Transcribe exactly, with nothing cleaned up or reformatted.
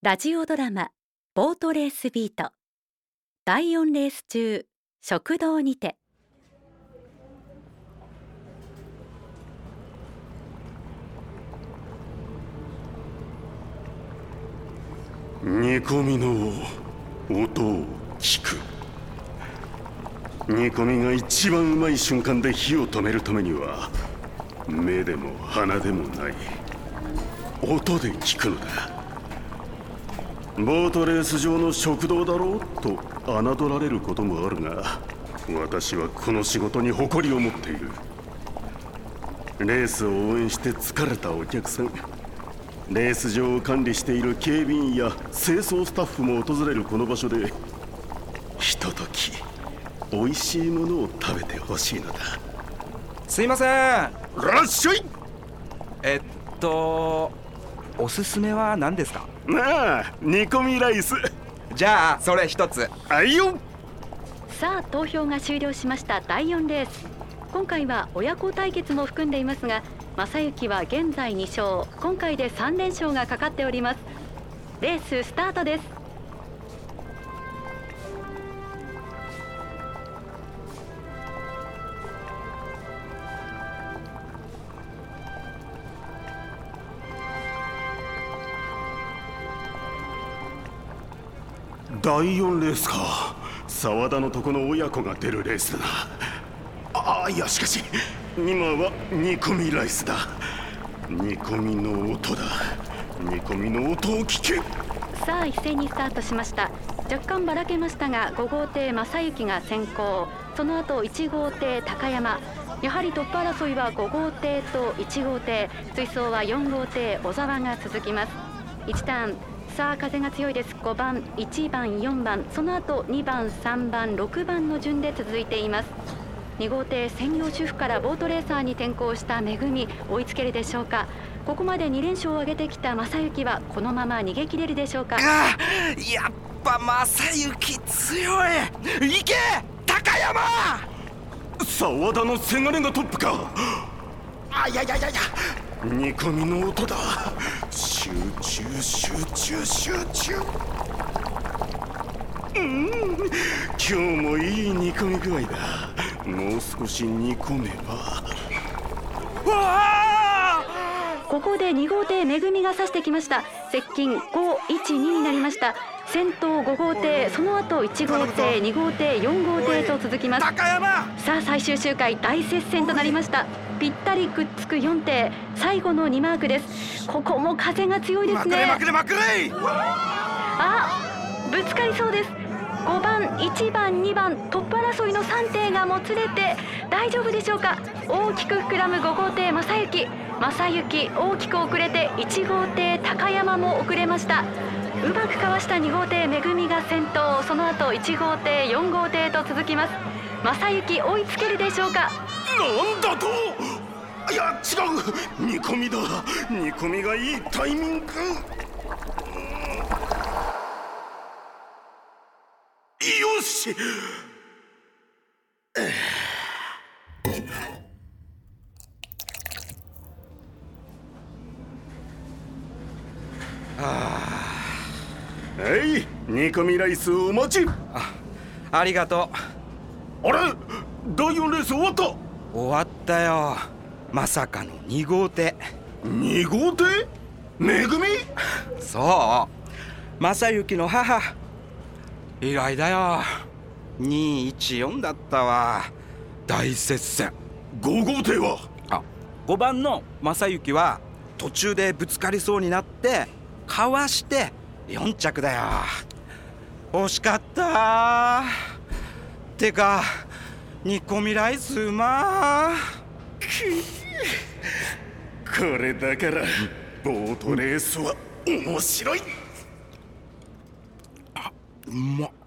ラジオドラマボートレースビートだいよんレース中、食堂にて。 煮込みの音を聞く。煮込みが一番うまい瞬間で火を止めるためには目でも鼻でもない音で聞くのだ。ボートレース場の食堂だろうと侮られることもあるが、私はこの仕事に誇りを持っている。レースを応援して疲れたお客さん、レース場を管理している警備員や清掃スタッフも訪れるこの場所でひととき美味しいものを食べてほしいのだ。 すいません。 らっしゃい。 えっとおすすめは何ですか？ なあ、煮込みライス。 じゃあそれ一つ。 あいよ。 さあ、投票が終了しましただいよんレース。今回は親子対決も含んでいますが、正幸は現在に勝、今回でさん連勝がかかっております。レーススタートです。 だいよんレースか。沢田のとこの親子が出るレースだな。ああ、いやしかし今は煮込みライスだ。煮込みの音だ。煮込みの音を聞け。 さあ、一斉にスタートしました。若干ばらけましたが、ご号艇正幸が先行、その後いち号艇高山。やはりトップ争いはご号艇といち号艇、追走はよん号艇小沢が続きます。いちターン、さあ風が強いです。ごばん、いちばん、よんばん、その後にばん、さんばん、ろくばんの順で続いています。に号艇専業主婦からボートレーサーに転向しためぐみ、追いつけるでしょうか。ここまでに連勝を挙げてきた正幸はこのまま逃げ切れるでしょうか。 あ、やっぱ正幸強い。いけ高山。 沢田のせがれがトップか。あ、いやいやいやいや、煮込みの音だ。集中集中集中。うん、今日もいい煮込み具合だ。もう少し煮込めば。 わあ、 ここでに号艇めぐみが指してきました。接近ごいちにになりました。先頭ご号艇、その後いち号艇、に号艇、よん号艇と続きます。 高山。 さあ最終周回大接戦となりました。ぴったりくっつくよん艇、最後のにマークです。ここも風が強いですね。 まくれまくれまくれ。 あ、ぶつかりそうです。ごばん、いちばん、にばん、トップ争いのさん艇がもつれて大丈夫でしょうか。大きく膨らむご号艇正幸。正幸大きく遅れていち号艇高山も遅れました。うまくかわしたに号艇めぐみが先頭、その後いち号艇、よん号艇と続きます。正幸追いつけるでしょうか。 なんだと。いや違う、煮込みだ。煮込みがいいタイミング。よし。はい、煮込みライスお待ち。 あ、ありがとう。あれ、だいよんレース終わった。 終わったよ。まさかのに号艇。 に号艇めぐみ。 そう、正幸の母。意外だよ。にいちよんだったわ。大接戦。 ご号艇は？ あ、ごばんの正幸は途中でぶつかりそうになってかわしてよん着だよ。惜しかった。てか煮込みライスうまー。 これだからボートレースは面白い。 あ、うまっ。